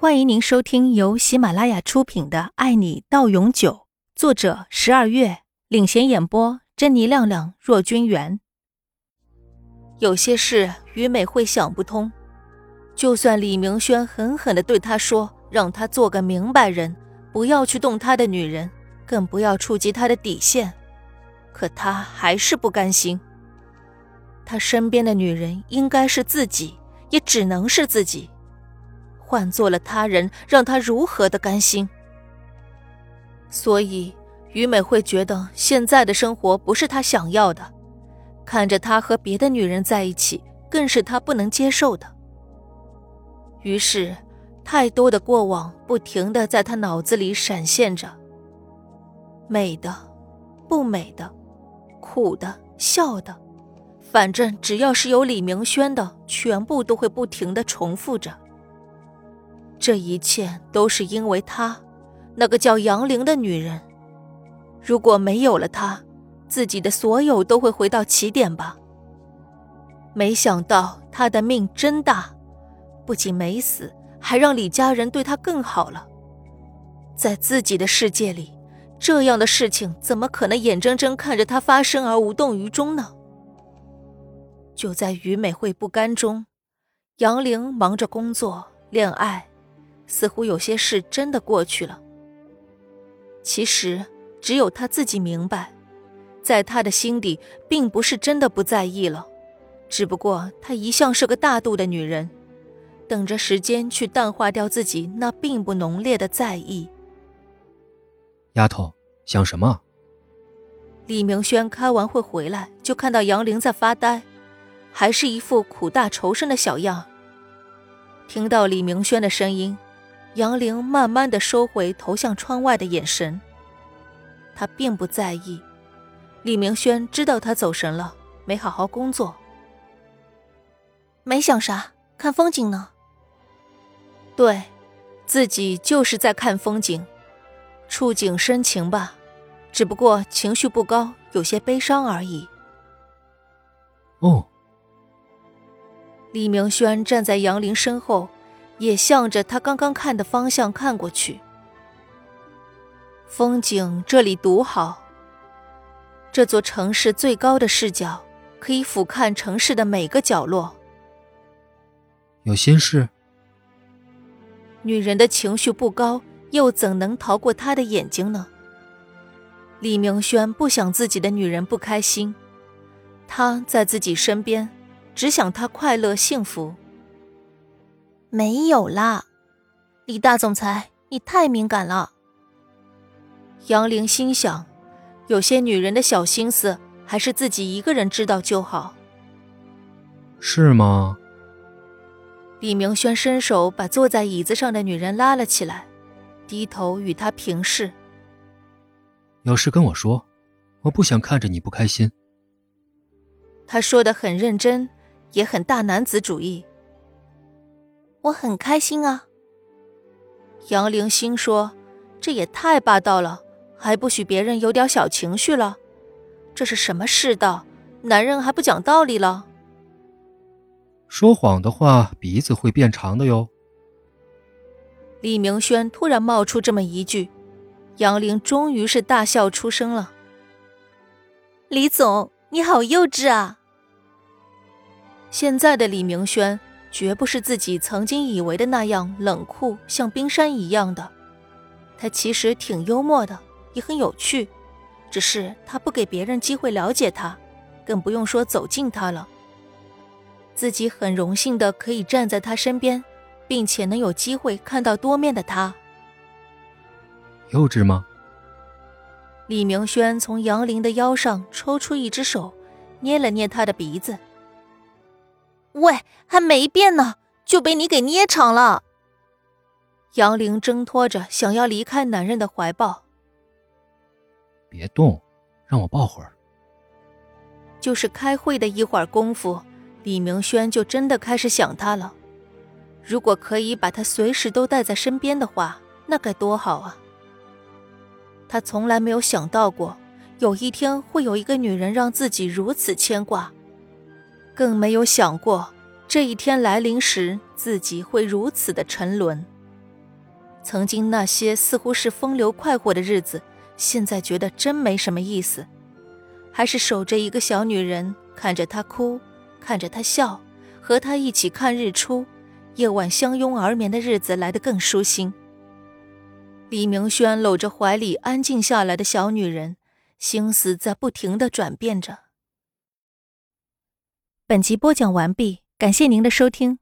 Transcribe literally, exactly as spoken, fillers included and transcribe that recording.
欢迎您收听由喜马拉雅出品的《爱你到永久》，作者十二月，领衔演播珍妮亮亮、若君元。有些事于美会想不通，就算李明轩狠狠地对她说，让她做个明白人，不要去动她的女人，更不要触及她的底线，可她还是不甘心。她身边的女人应该是自己，也只能是自己。换做了他人，让他如何的甘心？所以于美会觉得现在的生活不是他想要的，看着他和别的女人在一起，更是他不能接受的。于是太多的过往不停地在他脑子里闪现着，美的，不美的，苦的，笑的，反正只要是有李明轩的，全部都会不停地重复着。这一切都是因为她，那个叫杨玲的女人。如果没有了她，自己的所有都会回到起点吧。没想到她的命真大，不仅没死，还让李家人对她更好了。在自己的世界里，这样的事情怎么可能眼睁睁看着她发生而无动于衷呢？就在于美会不甘中，杨玲忙着工作、恋爱，似乎有些事真的过去了。其实只有他自己明白，在他的心底并不是真的不在意了，只不过她一向是个大度的女人，等着时间去淡化掉自己那并不浓烈的在意。 丫头，想什么？ 李明轩开完会回来，就看到杨玲在发呆，还是一副苦大仇深的小样。听到李明轩的声音，杨玲慢慢地收回投向窗外的眼神。她并不在意，李明轩知道她走神了，没好好工作。没想啥，看风景呢。对，自己就是在看风景，触景生情吧，只不过情绪不高，有些悲伤而已。 哦。 李明轩站在杨玲身后，也向着他刚刚看的方向看过去。风景这里独好，这座城市最高的视角可以俯瞰城市的每个角落。 有心事？ 女人的情绪不高，又怎能逃过他的眼睛呢？李明轩不想自己的女人不开心，他在自己身边，只想她快乐幸福。没有啦，李大总裁，你太敏感了。杨玲心想，有些女人的小心思，还是自己一个人知道就好。 是吗？ 李明轩伸手把坐在椅子上的女人拉了起来，低头与她平视。 有事跟我说，我不想看着你不开心。 他说得很认真，也很大男子主义。我很开心啊。杨玲心说，这也太霸道了，还不许别人有点小情绪了？这是什么世道？男人还不讲道理了？ 说谎的话，鼻子会变长的哟。 李明轩突然冒出这么一句，杨玲终于是大笑出声了。李总，你好幼稚啊。现在的李明轩绝不是自己曾经以为的那样冷酷，像冰山一样的。他其实挺幽默的，也很有趣，只是他不给别人机会了解他，更不用说走近他了。自己很荣幸的可以站在他身边，并且能有机会看到多面的他。 幼稚吗？ 李明轩从杨玲的腰上抽出一只手，捏了捏她的鼻子。喂，还没变呢，就被你给捏长了。杨玲挣脱着想要离开男人的怀抱。 别动，让我抱会儿。 就是开会的一会儿功夫，李明轩就真的开始想他了。如果可以把他随时都带在身边的话，那该多好啊。他从来没有想到过，有一天会有一个女人让自己如此牵挂，更没有想过这一天来临时自己会如此的沉沦。 曾经那些似乎是风流快活的日子，现在觉得真没什么意思。还是守着一个小女人，看着她哭，看着她笑，和她一起看日出，夜晚相拥而眠的日子来得更舒心。李明轩搂着怀里安静下来的小女人，心思在不停地转变着。本集播讲完毕，感谢您的收听。